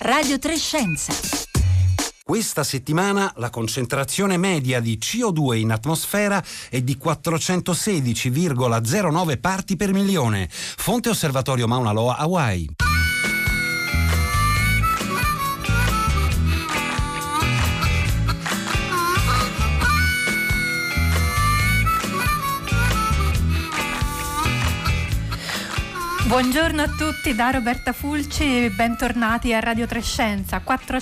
Radio 3 Scienza. Questa settimana la concentrazione media di CO2 in atmosfera è di 416,09 parti per milione. Fonte Osservatorio Mauna Loa, Hawaii. Buongiorno a tutti da Roberta Fulci e bentornati a Radio 3 Scienza.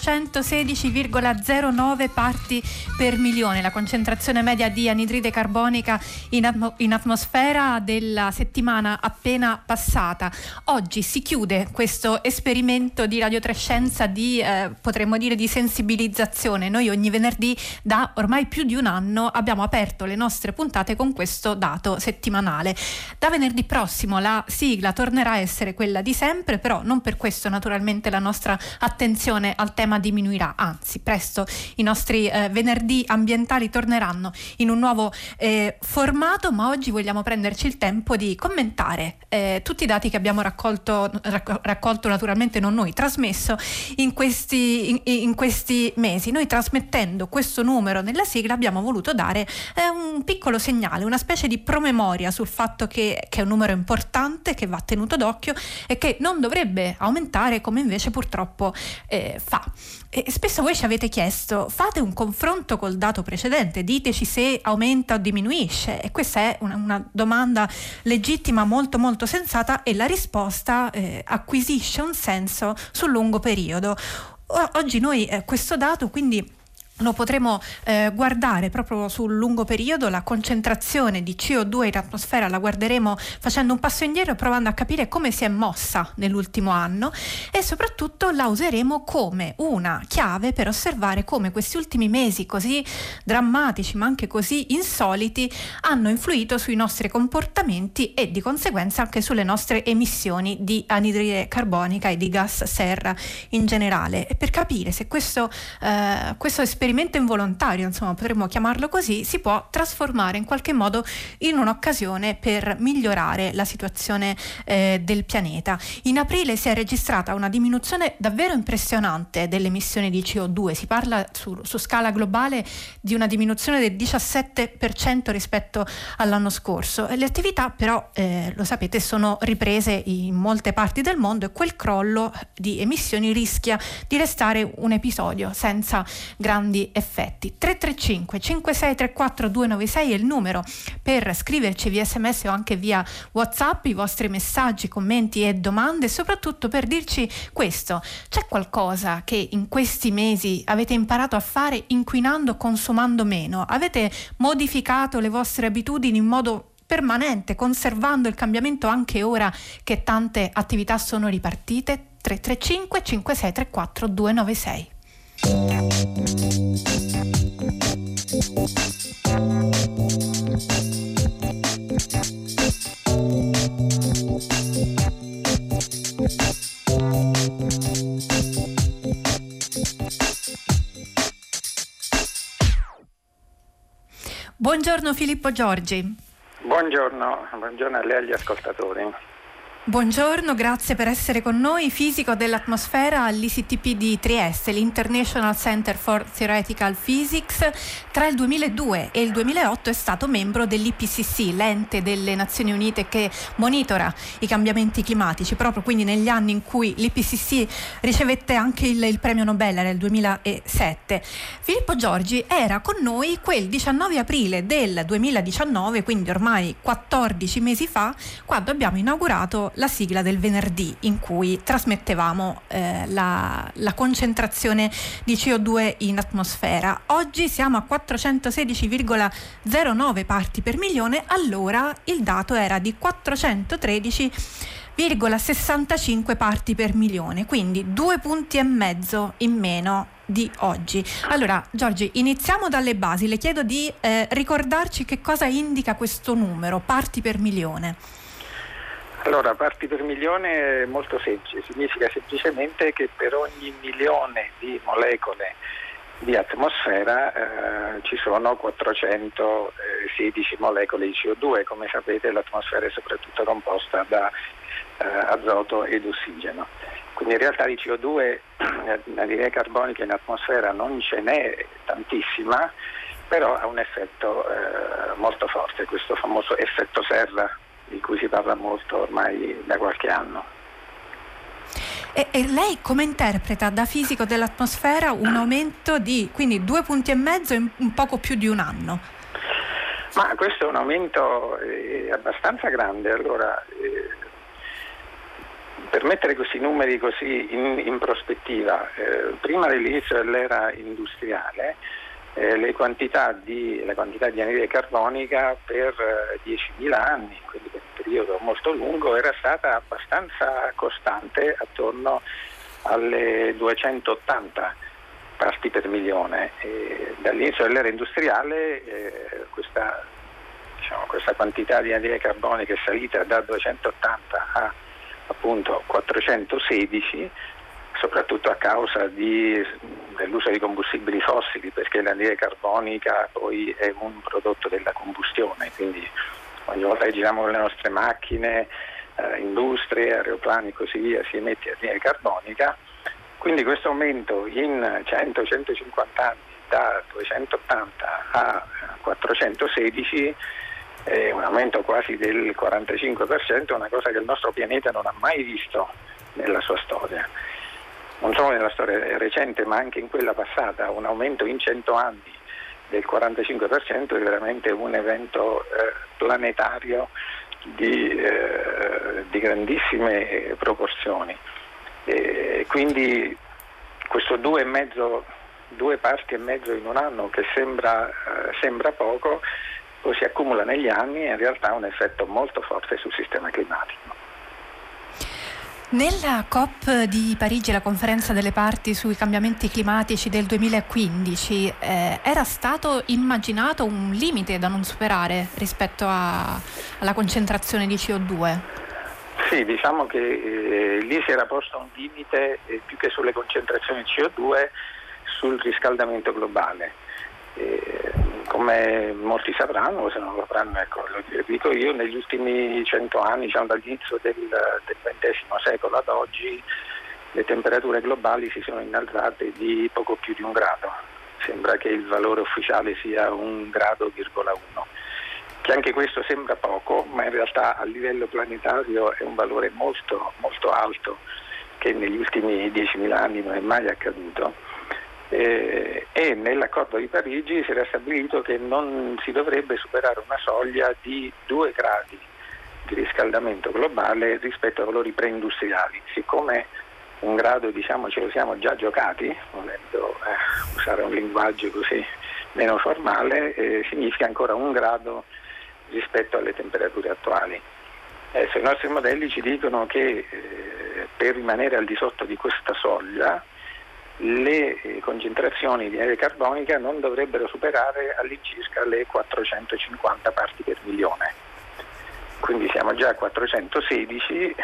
416,09 parti per milione, la concentrazione media di anidride carbonica in atmosfera della settimana appena passata. Oggi si chiude questo esperimento di Radio 3 Scienza di, potremmo dire, di sensibilizzazione. Noi ogni venerdì da ormai più di un anno abbiamo aperto le nostre puntate con questo dato settimanale. Da venerdì prossimo la sigla tornerà a essere quella di sempre, però non per questo naturalmente la nostra attenzione al tema diminuirà, anzi presto i nostri venerdì ambientali torneranno in un nuovo formato, ma oggi vogliamo prenderci il tempo di commentare tutti i dati che abbiamo raccolto naturalmente non noi, trasmesso in questi mesi. Noi trasmettendo questo numero nella sigla abbiamo voluto dare un piccolo segnale, una specie di promemoria sul fatto che è un numero importante, che va tenuto d'occhio e che non dovrebbe aumentare come invece purtroppo fa. E spesso voi ci avete chiesto: fate un confronto col dato precedente, diteci se aumenta o diminuisce, e questa è una domanda legittima, molto molto sensata, e la risposta acquisisce un senso sul lungo periodo. Oggi noi questo dato quindi lo potremo guardare proprio sul lungo periodo. La concentrazione di CO2 in atmosfera la guarderemo facendo un passo indietro, provando a capire come si è mossa nell'ultimo anno, e soprattutto la useremo come una chiave per osservare come questi ultimi mesi così drammatici ma anche così insoliti hanno influito sui nostri comportamenti e di conseguenza anche sulle nostre emissioni di anidride carbonica e di gas serra in generale, e per capire se questo esperimento involontario, insomma potremmo chiamarlo così, si può trasformare in qualche modo in un'occasione per migliorare la situazione del pianeta. In aprile si è registrata una diminuzione davvero impressionante delle emissioni di CO2, si parla su scala globale di una diminuzione del 17% rispetto all'anno scorso. Le attività però, lo sapete, sono riprese in molte parti del mondo, e quel crollo di emissioni rischia di restare un episodio senza grandi effetti. 335 5634 296 è il numero per scriverci via SMS o anche via WhatsApp i vostri messaggi, commenti e domande, e soprattutto per dirci questo: c'è qualcosa che in questi mesi avete imparato a fare inquinando, consumando meno? Avete modificato le vostre abitudini in modo permanente, conservando il cambiamento anche ora che tante attività sono ripartite? 335 5634 296. Buongiorno Filippo Giorgi. Buongiorno a lei e agli ascoltatori. Buongiorno, grazie per essere con noi. Fisico dell'atmosfera all'ICTP di Trieste, l'International Center for Theoretical Physics. Tra il 2002 e il 2008 è stato membro dell'IPCC, l'ente delle Nazioni Unite che monitora i cambiamenti climatici, proprio quindi negli anni in cui l'IPCC ricevette anche il premio Nobel, nel 2007. Filippo Giorgi era con noi quel 19 aprile del 2019, quindi ormai 14 mesi fa, quando abbiamo inaugurato la sigla del venerdì in cui trasmettevamo la concentrazione di CO2 in atmosfera. Oggi siamo a 416,09 parti per milione, allora il dato era di 413,65 parti per milione, quindi 2,5 punti in meno di oggi. Allora Giorgi, iniziamo dalle basi. Le chiedo di ricordarci che cosa indica questo numero, parti per milione. Allora, parti per milione è molto semplice, significa semplicemente che per ogni milione di molecole di atmosfera ci sono 416 molecole di CO2. Come sapete, l'atmosfera è soprattutto composta da azoto ed ossigeno. Quindi in realtà di CO2, anidride carbonica in atmosfera non ce n'è tantissima, però ha un effetto molto forte, questo famoso effetto serra di cui si parla molto ormai da qualche anno. E lei come interpreta da fisico dell'atmosfera un aumento di quindi 2,5 punti in un poco più di un anno? Ma questo è un aumento abbastanza grande. Allora, per mettere questi numeri così in prospettiva, prima dell'inizio dell'era industriale, la quantità di anidride carbonica per 10.000 anni, quindi per un periodo molto lungo, era stata abbastanza costante, attorno alle 280 parti per milione. Dall'inizio dell'era industriale questa quantità di anidride carbonica è salita da 280 a appunto 416, soprattutto a causa dell'uso di combustibili fossili, perché l'anidride carbonica poi è un prodotto della combustione, quindi ogni volta che giriamo con le nostre macchine, industrie, aeroplani e così via, si emette anidride carbonica. Quindi questo aumento in 100-150 anni da 280 a 416 è un aumento quasi del 45%, una cosa che il nostro pianeta non ha mai visto nella sua storia. Non solo nella storia recente, ma anche in quella passata, un aumento in 100 anni del 45% è veramente un evento planetario di grandissime proporzioni. Quindi questo 2 parti e mezzo in un anno, che sembra poco, poi si accumula negli anni e in realtà ha un effetto molto forte sul sistema climatico. Nella COP di Parigi, la conferenza delle parti sui cambiamenti climatici del 2015, era stato immaginato un limite da non superare rispetto alla concentrazione di CO2? Sì, diciamo che lì si era posto un limite più che sulle concentrazioni di CO2 sul riscaldamento globale. Come molti sapranno, se non lo sapranno, ecco, lo dico io, negli ultimi 100 anni, diciamo dall'inizio del XX secolo ad oggi, le temperature globali si sono innalzate di poco più di 1 grado. Sembra che il valore ufficiale sia 1,1 gradi, che anche questo sembra poco, ma in realtà a livello planetario è un valore molto, molto alto, che negli ultimi 10.000 anni non è mai accaduto. E nell'accordo di Parigi si era stabilito che non si dovrebbe superare una soglia di 2 gradi di riscaldamento globale rispetto ai valori preindustriali. Siccome 1 grado, diciamo, ce lo siamo già giocati, volendo usare un linguaggio così meno formale, significa ancora 1 grado rispetto alle temperature attuali. I nostri modelli ci dicono che per rimanere al di sotto di questa soglia le concentrazioni di anidride carbonica non dovrebbero superare all'incirca le 450 parti per milione. Quindi siamo già a 416,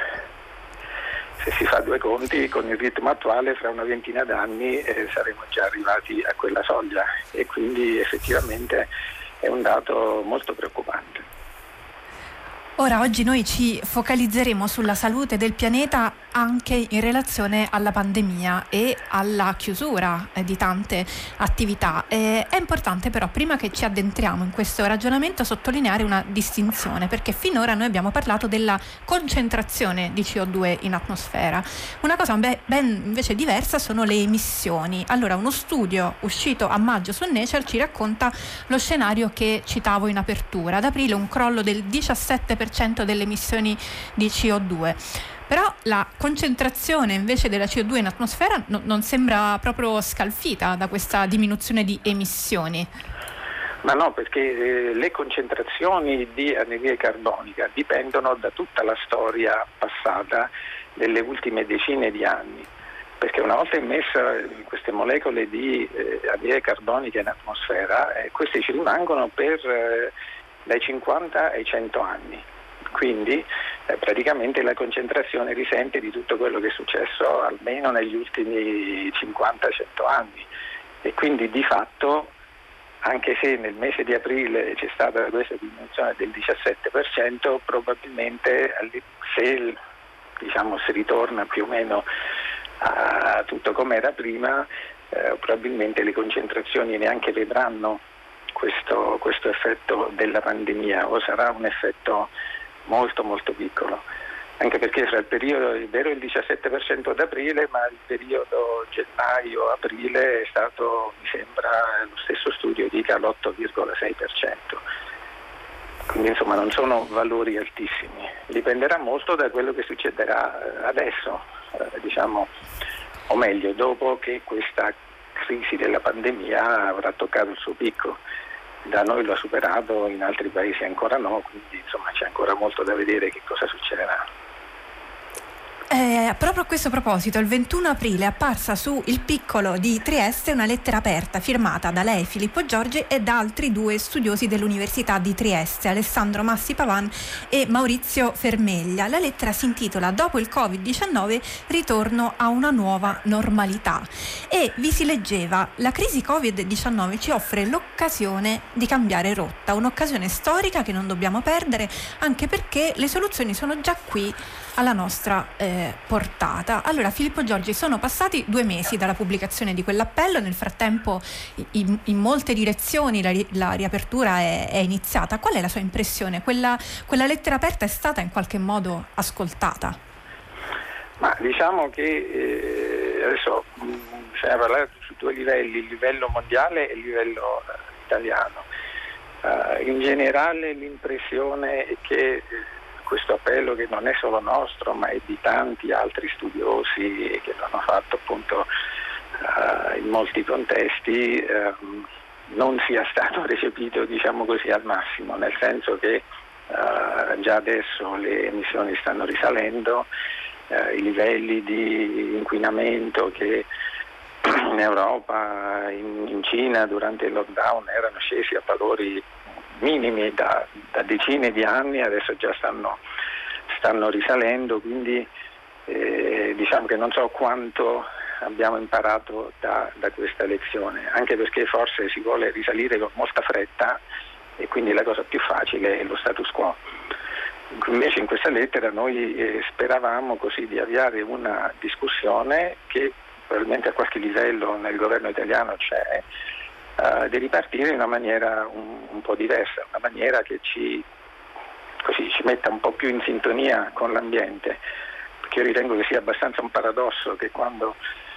se si fa 2 conti, con il ritmo attuale fra una ventina d'anni saremo già arrivati a quella soglia, e quindi effettivamente è un dato molto preoccupante. Ora, oggi noi ci focalizzeremo sulla salute del pianeta anche in relazione alla pandemia e alla chiusura di tante attività. È importante però, prima che ci addentriamo in questo ragionamento, sottolineare una distinzione, perché finora noi abbiamo parlato della concentrazione di CO2 in atmosfera. Una cosa ben invece diversa sono le emissioni. Allora, uno studio uscito a maggio su Nature ci racconta lo scenario che citavo in apertura. Ad aprile un crollo del 17% delle emissioni di CO2. Però la concentrazione invece della CO2 in atmosfera non sembra proprio scalfita da questa diminuzione di emissioni. Ma no, perché le concentrazioni di anidride carbonica dipendono da tutta la storia passata delle ultime decine di anni. Perché una volta immessa queste molecole di anidride carbonica in atmosfera, queste ci rimangono per dai 50 ai 100 anni. Quindi praticamente la concentrazione risente di tutto quello che è successo almeno negli ultimi 50-100 anni, e quindi di fatto, anche se nel mese di aprile c'è stata questa diminuzione del 17%, probabilmente se si ritorna più o meno a tutto come era prima, probabilmente le concentrazioni neanche vedranno questo effetto della pandemia, o sarà un effetto molto molto piccolo, anche perché fra il periodo, è vero, il 17% ad aprile, ma il periodo gennaio-aprile è stato, mi sembra, lo stesso studio dica l'8,6%. Quindi insomma non sono valori altissimi. Dipenderà molto da quello che succederà adesso, o meglio, dopo che questa crisi della pandemia avrà toccato il suo picco. Da noi lo ha superato, in altri paesi ancora no, quindi insomma c'è ancora molto da vedere che cosa succederà. Proprio a questo proposito, il 21 aprile è apparsa su Il Piccolo di Trieste una lettera aperta firmata da lei, Filippo Giorgi, e da altri 2 studiosi dell'Università di Trieste, Alessandro Massi Pavan e Maurizio Fermeglia. La lettera si intitola "Dopo il Covid-19, ritorno a una nuova normalità", e vi si leggeva: la crisi Covid-19 ci offre l'occasione di cambiare rotta, un'occasione storica che non dobbiamo perdere, anche perché le soluzioni sono già qui alla nostra portata. Allora, Filippo Giorgi, sono passati 2 mesi dalla pubblicazione di quell'appello, nel frattempo in molte direzioni la riapertura è iniziata. Qual è la sua impressione? Quella lettera aperta è stata in qualche modo ascoltata? Ma diciamo che adesso bisogna parlare su 2 livelli, il livello mondiale e il livello italiano. In generale l'impressione è che questo appello, che non è solo nostro ma è di tanti altri studiosi che l'hanno fatto appunto in molti contesti, non sia stato recepito, diciamo così, al massimo, nel senso che già adesso le emissioni stanno risalendo, i livelli di inquinamento che in Europa, in Cina durante il lockdown erano scesi a valori minimi da decine di anni, adesso già stanno risalendo, quindi diciamo che non so quanto abbiamo imparato da questa lezione, anche perché forse si vuole risalire con molta fretta e quindi la cosa più facile è lo status quo. Invece in questa lettera noi speravamo così di avviare una discussione che probabilmente a qualche livello nel governo italiano c'è, di ripartire in una maniera un po' diversa, una maniera che ci metta un po' più in sintonia con l'ambiente, perché io ritengo che sia abbastanza un paradosso che quando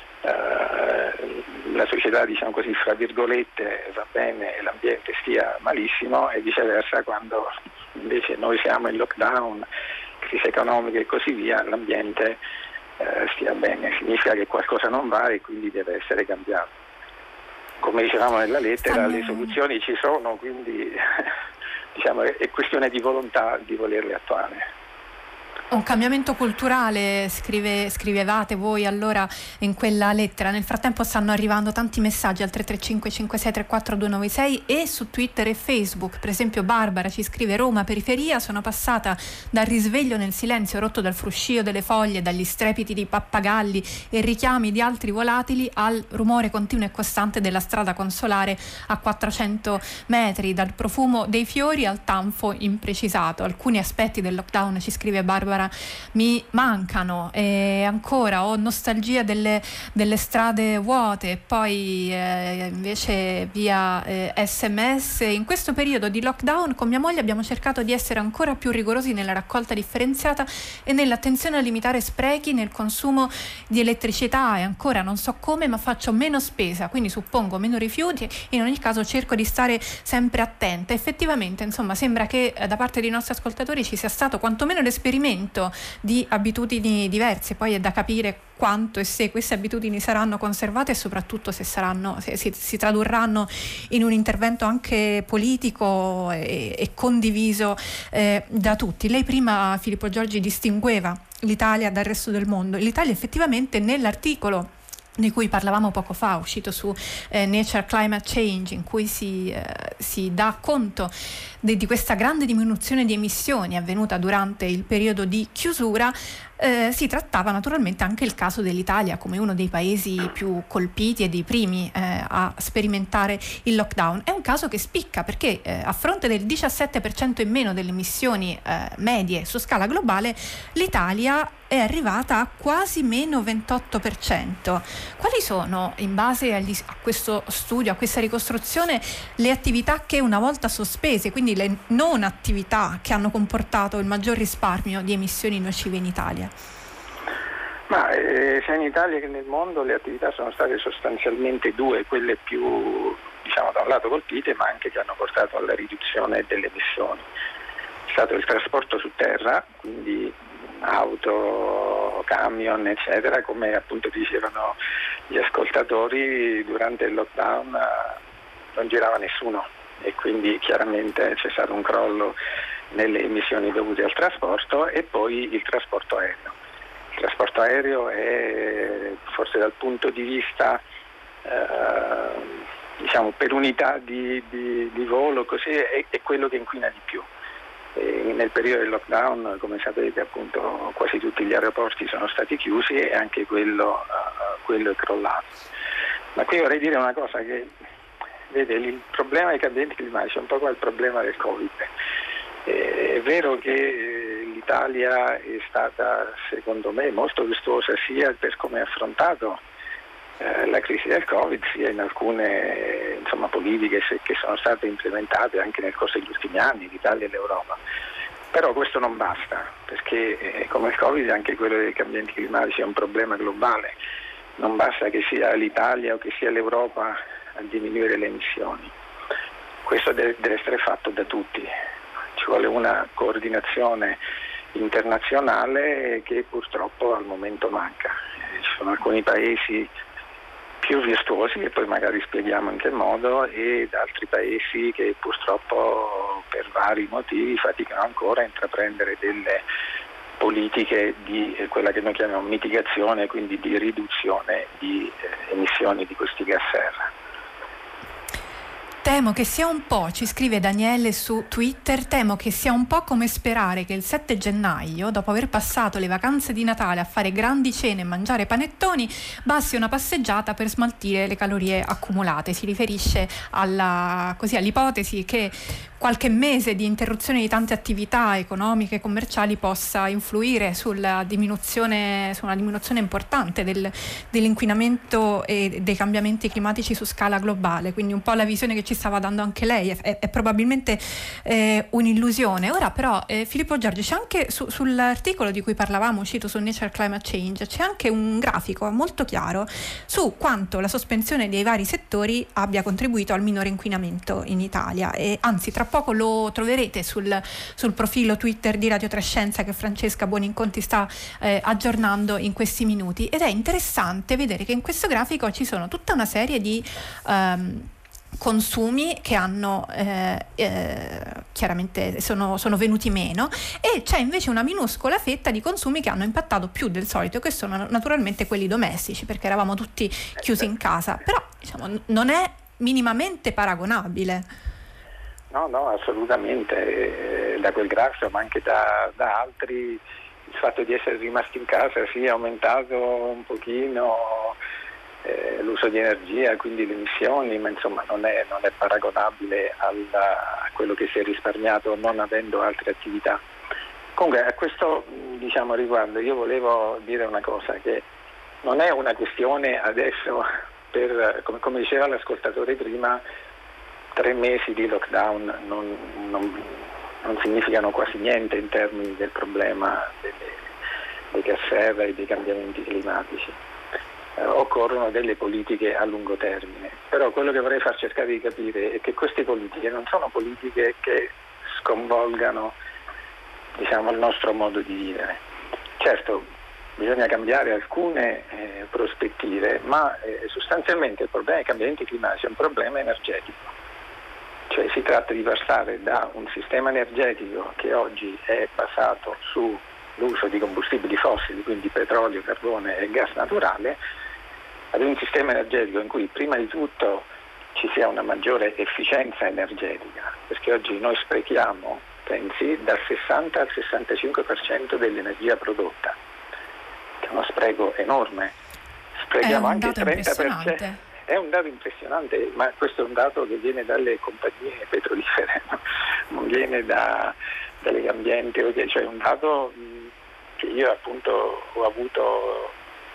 la società, diciamo così, fra virgolette, va bene e l'ambiente stia malissimo, e viceversa quando invece noi siamo in lockdown, crisi economica e così via, l'ambiente stia bene. Significa che qualcosa non va e quindi deve essere cambiato. Come dicevamo nella lettera, le soluzioni ci sono, quindi diciamo è questione di volontà di volerle attuare. Un cambiamento culturale, scrivevate voi allora in quella lettera. Nel frattempo stanno arrivando tanti messaggi al 335 56 34 296 e su Twitter e Facebook. Per esempio Barbara ci scrive: Roma periferia, sono passata dal risveglio nel silenzio rotto dal fruscio delle foglie, dagli strepiti di pappagalli e richiami di altri volatili, al rumore continuo e costante della strada consolare a 400 metri, dal profumo dei fiori al tanfo imprecisato. Alcuni aspetti del lockdown, ci scrive Barbara, mi mancano, e ancora ho nostalgia delle strade vuote. Poi invece via SMS: in questo periodo di lockdown con mia moglie abbiamo cercato di essere ancora più rigorosi nella raccolta differenziata e nell'attenzione a limitare sprechi nel consumo di elettricità, e ancora non so come, ma faccio meno spesa, quindi suppongo meno rifiuti. In ogni caso cerco di stare sempre attenta. Effettivamente, insomma, sembra che da parte dei nostri ascoltatori ci sia stato quantomeno l'esperimento di abitudini diverse. Poi è da capire quanto e se queste abitudini saranno conservate, e soprattutto se si tradurranno in un intervento anche politico e condiviso da tutti. Lei prima, Filippo Giorgi, distingueva l'Italia dal resto del mondo. L'Italia effettivamente, nell'articolo di cui parlavamo poco fa, uscito su Nature Climate Change, in cui si si dà conto di questa grande diminuzione di emissioni avvenuta durante il periodo di chiusura, si trattava naturalmente anche il caso dell'Italia come uno dei paesi più colpiti e dei primi a sperimentare il lockdown. È un caso che spicca perché a fronte del 17% in meno delle emissioni medie su scala globale, l'Italia è arrivata a quasi meno 28%. Quali sono, in base a questo studio, a questa ricostruzione, le attività che una volta sospese, quindi le non attività che hanno comportato il maggior risparmio di emissioni nocive in Italia? Ma sia in Italia che nel mondo le attività sono state sostanzialmente due, quelle più, diciamo, da un lato colpite, ma anche che hanno portato alla riduzione delle emissioni. È stato il trasporto su terra, quindi auto, camion, eccetera, come appunto dicevano gli ascoltatori, durante il lockdown non girava nessuno e quindi chiaramente c'è stato un crollo nelle emissioni dovute al trasporto. E poi il trasporto aereo. Il trasporto aereo è, forse dal punto di vista diciamo per unità di volo, così è quello che inquina di più. Nel periodo del lockdown, come sapete, appunto quasi tutti gli aeroporti sono stati chiusi e anche quello è crollato. Ma qui vorrei dire una cosa, che vede, il problema dei cambiamenti climatici è un po' come il problema del Covid. È vero che l'Italia è stata, secondo me, molto virtuosa sia per come ha affrontato la crisi del Covid, sia in alcune politiche che sono state implementate anche nel corso degli ultimi anni, l'Italia e l'Europa. Però questo non basta, perché come il Covid anche quello dei cambiamenti climatici è un problema globale. Non basta che sia l'Italia o che sia l'Europa a diminuire le emissioni. Questo deve essere fatto da tutti. Ci vuole una coordinazione internazionale che purtroppo al momento manca. Ci sono alcuni paesi più virtuosi, che poi magari spieghiamo in che modo, ed altri paesi che purtroppo per vari motivi faticano ancora a intraprendere delle politiche di quella che noi chiamiamo mitigazione, quindi di riduzione di emissioni di questi gas serra. Temo che sia un po', ci scrive Daniele su Twitter, temo che sia un po' come sperare che il 7 gennaio, dopo aver passato le vacanze di Natale a fare grandi cene e mangiare panettoni, basti una passeggiata per smaltire le calorie accumulate. Si riferisce all'ipotesi che qualche mese di interruzione di tante attività economiche e commerciali possa influire sulla diminuzione importante dell'inquinamento e dei cambiamenti climatici su scala globale. Quindi un po' la visione che ci stava dando anche lei è probabilmente un'illusione. Ora però Filippo Giorgi, c'è anche sull'articolo di cui parlavamo, uscito su Nature Climate Change, c'è anche un grafico molto chiaro su quanto la sospensione dei vari settori abbia contribuito al minore inquinamento in Italia, e anzi tra poco lo troverete sul profilo Twitter di Radio Trescenza, che Francesca Buoninconti sta aggiornando in questi minuti. Ed è interessante vedere che in questo grafico ci sono tutta una serie di consumi che hanno chiaramente sono venuti meno, e c'è invece una minuscola fetta di consumi che hanno impattato più del solito, che sono naturalmente quelli domestici, perché eravamo tutti chiusi in casa. Però non è minimamente paragonabile. No, assolutamente. Da quel grafico, ma anche da altri, il fatto di essere rimasti in casa è aumentato un pochino l'uso di energia, quindi le emissioni, ma insomma non è paragonabile a quello che si è risparmiato non avendo altre attività. Comunque a questo riguardo io volevo dire una cosa, che non è una questione adesso come diceva l'ascoltatore prima, 3 mesi di lockdown non significano quasi niente in termini del problema dei gas serra e dei cambiamenti climatici. Occorrono delle politiche a lungo termine, però quello che vorrei far cercare di capire è che queste politiche non sono politiche che sconvolgano il nostro modo di vivere. Certo, bisogna cambiare alcune prospettive, ma sostanzialmente il problema dei cambiamenti climatici è un problema energetico. Cioè si tratta di passare da un sistema energetico che oggi è basato sull'uso di combustibili fossili, quindi petrolio, carbone e gas naturale, ad un sistema energetico in cui prima di tutto ci sia una maggiore efficienza energetica, perché oggi noi sprechiamo, pensi, dal 60 al 65% dell'energia prodotta, che è uno spreco enorme. Sprechiamo anche il 30%. È un dato impressionante, ma questo è un dato che viene dalle compagnie petrolifere, no? Non viene dagli ambienti, cioè un dato che io appunto ho avuto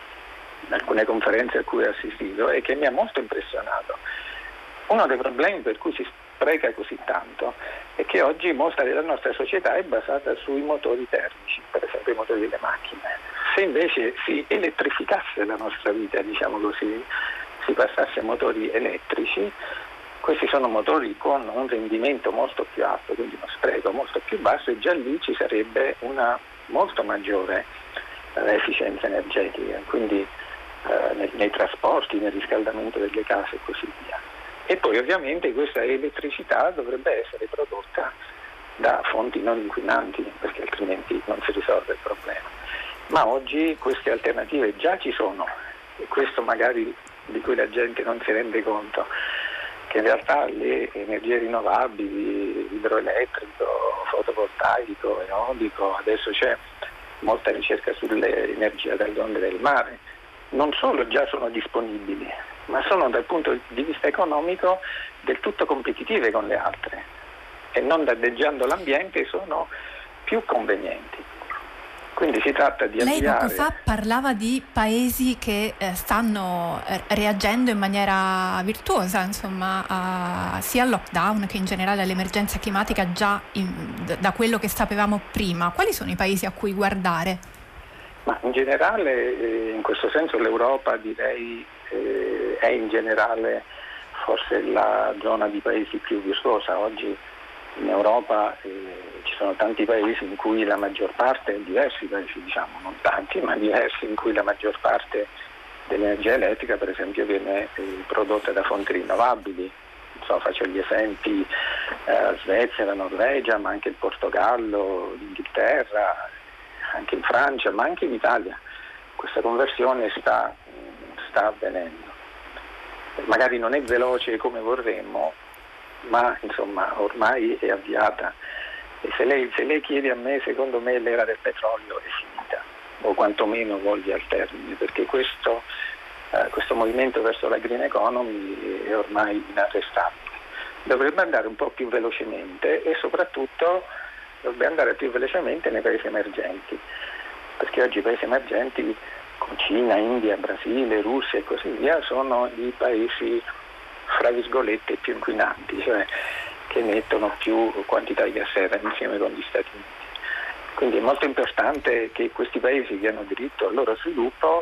in alcune conferenze a cui ho assistito e che mi ha molto impressionato. Uno dei problemi per cui si spreca così tanto è che oggi molta della nostra società è basata sui motori termici, per esempio i motori delle macchine. Se invece si elettrificasse la nostra vita, diciamo così, si passasse a motori elettrici, questi sono motori con un rendimento molto più alto, quindi uno spreco molto più basso, e già lì ci sarebbe una molto maggiore efficienza energetica, quindi nei trasporti, nel riscaldamento delle case e così via. E poi ovviamente questa elettricità dovrebbe essere prodotta da fonti non inquinanti, perché altrimenti non si risolve il problema. Ma oggi queste alternative già ci sono, e questo magari di cui la gente non si rende conto, che in realtà le energie rinnovabili, idroelettrico, fotovoltaico, eolico, adesso c'è molta ricerca sull'energia dalle onde del mare, non solo già sono disponibili, ma sono dal punto di vista economico del tutto competitive con le altre e non danneggiando l'ambiente sono più convenienti. Quindi si tratta di avviare... Lei poco fa avviare... parlava di paesi che stanno reagendo in maniera virtuosa, insomma, sia al lockdown che in generale all'emergenza climatica già da quello che sapevamo prima. Quali sono i paesi a cui guardare? Ma in generale, in questo senso l'Europa direi è in generale forse la zona di paesi più virtuosa. Oggi in Europa ci sono tanti paesi in cui la maggior parte, diversi paesi diciamo, non tanti, ma diversi, in cui la maggior parte dell'energia elettrica per esempio viene prodotta da fonti rinnovabili. Faccio gli esempi, Svezia, la Norvegia, ma anche il Portogallo, l'Inghilterra, anche in Francia, ma anche in Italia. Questa conversione sta avvenendo. Magari non è veloce come vorremmo, ma insomma ormai è avviata. E se lei chiede a me, secondo me l'era del petrolio è finita, o quantomeno volge al termine, perché questo movimento verso la green economy è ormai inarrestabile. Dovrebbe andare un po' più velocemente e soprattutto dovrebbe andare più velocemente nei paesi emergenti, perché oggi i paesi emergenti con Cina, India, Brasile, Russia e così via sono i paesi fra virgolette più inquinanti, cioè che emettono più quantità di gas serra insieme con gli Stati Uniti. Quindi è molto importante che questi paesi che hanno diritto al loro sviluppo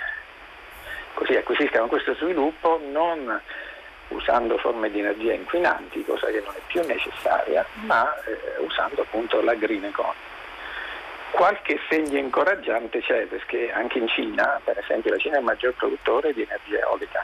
così acquisiscano questo sviluppo non usando forme di energia inquinanti, cosa che non è più necessaria, ma usando appunto la green economy. Qualche segno incoraggiante c'è, perché anche in Cina, per esempio, la Cina è il maggior produttore di energia eolica.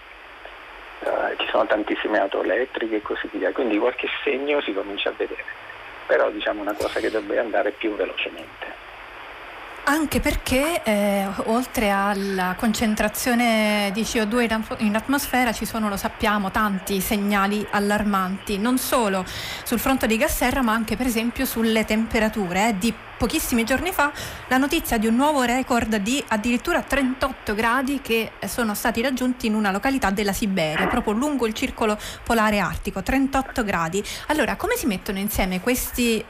Ci sono tantissime auto elettriche e così via, quindi qualche segno si comincia a vedere, però diciamo una cosa che dovrebbe andare più velocemente. Anche perché oltre alla concentrazione di CO2 in atmosfera ci sono, lo sappiamo, tanti segnali allarmanti, non solo sul fronte dei gas serra ma anche per esempio sulle temperature. Di pochissimi giorni fa la notizia di un nuovo record di addirittura 38 gradi che sono stati raggiunti in una località della Siberia, proprio lungo il circolo polare artico, 38 gradi. Allora, come si mettono insieme queste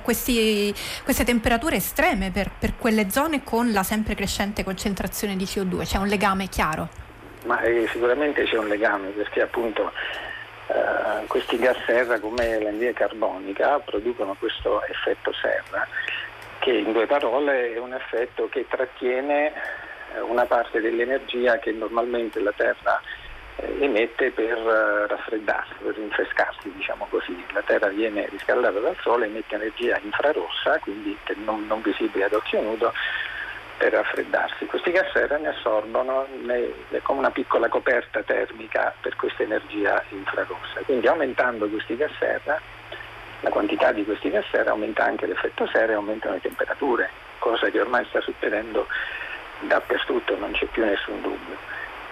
temperature estreme per quelle zone con la sempre crescente concentrazione di CO2? C'è un legame chiaro? Ma sicuramente c'è un legame, perché appunto questi gas serra come l'anidride carbonica producono questo effetto serra, che in due parole è un effetto che trattiene una parte dell'energia che normalmente la Terra emette per raffreddarsi, per rinfrescarsi, diciamo così. La Terra viene riscaldata dal Sole, emette energia infrarossa, quindi non visibile ad occhio nudo, per raffreddarsi. Questi gas serra ne assorbono, è come una piccola coperta termica per questa energia infrarossa. Quindi aumentando questi gas serra, la quantità di questi gas serra, aumenta anche l'effetto serra e aumentano le temperature, cosa che ormai sta succedendo dappertutto, non c'è più nessun dubbio.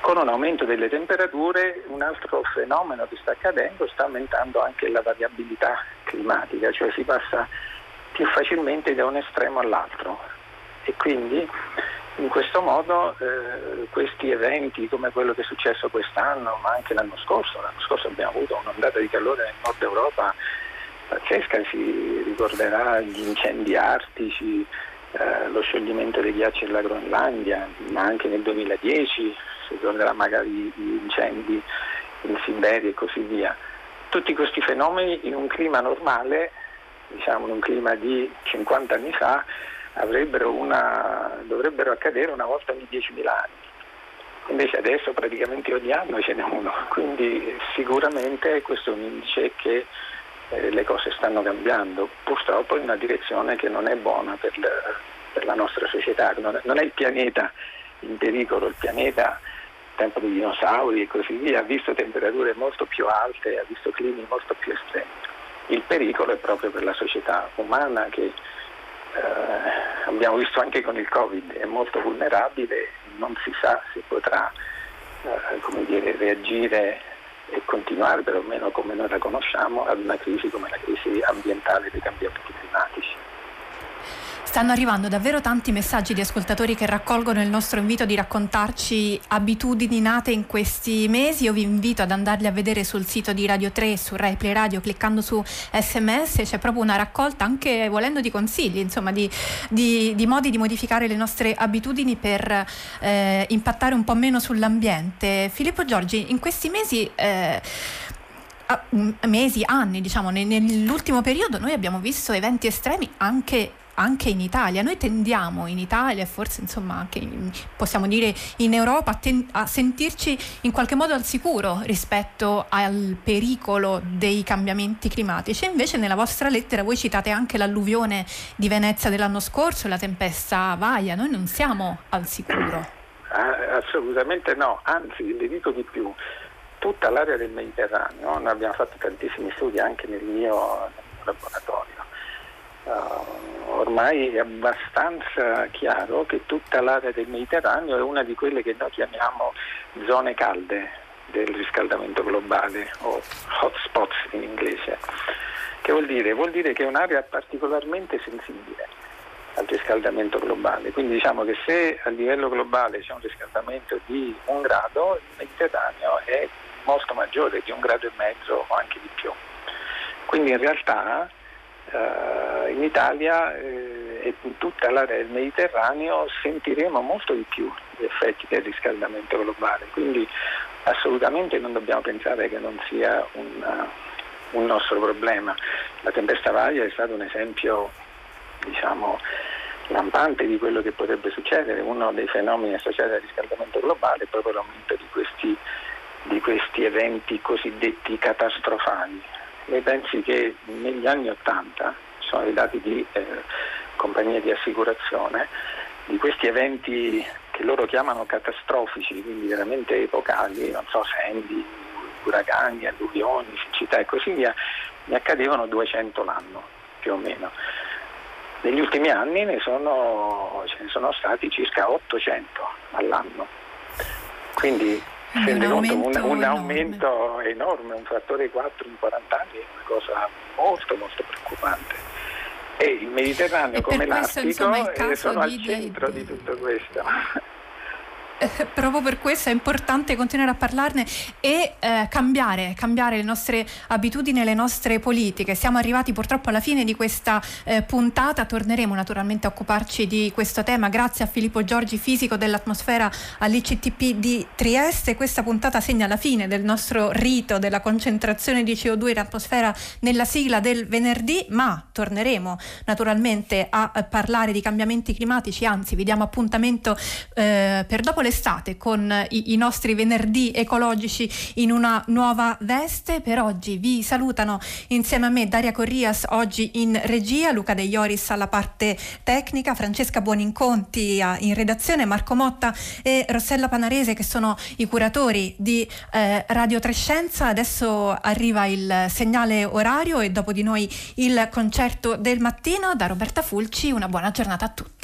Con un aumento delle temperature, un altro fenomeno che sta accadendo, sta aumentando anche la variabilità climatica, cioè si passa più facilmente da un estremo all'altro, e quindi in questo modo questi eventi come quello che è successo quest'anno, ma anche l'anno scorso abbiamo avuto un'ondata di calore nel nord Europa pazzesca, si ricorderà gli incendi artici, lo scioglimento dei ghiacci della Groenlandia, ma anche nel 2010 si ricorderà magari gli incendi in Siberia e così via. Tutti questi fenomeni in un clima normale, diciamo in un clima di 50 anni fa, dovrebbero accadere una volta ogni 10.000 anni. Invece adesso praticamente ogni anno ce n'è uno, quindi sicuramente questo è un indice che le cose stanno cambiando, purtroppo in una direzione che non è buona per la nostra società. Non è il pianeta in pericolo, il pianeta, il tempo dei dinosauri e così via, ha visto temperature molto più alte, ha visto climi molto più estremi. Il pericolo è proprio per la società umana che abbiamo visto anche con il Covid, è molto vulnerabile, non si sa se potrà reagire e continuare, perlomeno come noi la conosciamo, ad una crisi come la crisi ambientale dei cambiamenti climatici. Stanno arrivando davvero tanti messaggi di ascoltatori che raccolgono il nostro invito di raccontarci abitudini nate in questi mesi. Io vi invito ad andarli a vedere sul sito di Radio 3, su Rai Play Radio, cliccando su SMS. C'è proprio una raccolta, anche volendo, di consigli, insomma di modi di modificare le nostre abitudini per impattare un po' meno sull'ambiente. Filippo Giorgi, in questi mesi, anni, diciamo, nell'ultimo periodo noi abbiamo visto eventi estremi anche in Italia. Noi tendiamo in Italia, e forse insomma anche possiamo dire in Europa, a sentirci in qualche modo al sicuro rispetto al pericolo dei cambiamenti climatici. Invece nella vostra lettera voi citate anche l'alluvione di Venezia dell'anno scorso e la tempesta Vaia. Noi non siamo al sicuro. Assolutamente no, anzi le dico di più, tutta l'area del Mediterraneo, noi abbiamo fatto tantissimi studi anche nel mio laboratorio. Ormai è abbastanza chiaro che tutta l'area del Mediterraneo è una di quelle che noi chiamiamo zone calde del riscaldamento globale, o hotspots in inglese. Che vuol dire? Vuol dire che è un'area particolarmente sensibile al riscaldamento globale. Quindi diciamo che se a livello globale c'è un riscaldamento di 1 grado, il Mediterraneo è molto maggiore, di 1,5 gradi o anche di più. Quindi in realtà in Italia e in tutta l'area del Mediterraneo sentiremo molto di più gli effetti del riscaldamento globale, quindi assolutamente non dobbiamo pensare che non sia un nostro problema. La tempesta Vaia è stato un esempio, diciamo, lampante di quello che potrebbe succedere. Uno dei fenomeni associati al riscaldamento globale è proprio l'aumento di questi eventi cosiddetti catastrofali. Lei pensi che negli anni 80, sono dei dati di compagnie di assicurazione, di questi eventi che loro chiamano catastrofici, quindi veramente epocali, non so, incendi, uragani, alluvioni, siccità e così via, ne accadevano 200 l'anno, più o meno. Negli ultimi anni ce ne sono stati circa 800 all'anno. Quindi un aumento enorme, un fattore 4 in 40 anni, è una cosa molto molto preoccupante. E il Mediterraneo, come l'Artico, sono al centro di tutto questo. Proprio per questo è importante continuare a parlarne e cambiare le nostre abitudini e le nostre politiche. Siamo arrivati purtroppo alla fine di questa puntata, torneremo naturalmente a occuparci di questo tema. Grazie a Filippo Giorgi, fisico dell'atmosfera all'ICTP di Trieste. Questa puntata segna la fine del nostro rito della concentrazione di CO2 in atmosfera nella sigla del venerdì, ma torneremo naturalmente a parlare di cambiamenti climatici, anzi vi diamo appuntamento per dopo l'estate con i nostri venerdì ecologici in una nuova veste. Per oggi vi salutano insieme a me Daria Corrias, oggi in regia, Luca De Ioris alla parte tecnica, Francesca Buoninconti in redazione, Marco Motta e Rossella Panarese che sono i curatori di Radio Trescenza. Adesso arriva il segnale orario e dopo di noi il concerto del mattino. Da Roberta Fulci una buona giornata a tutti.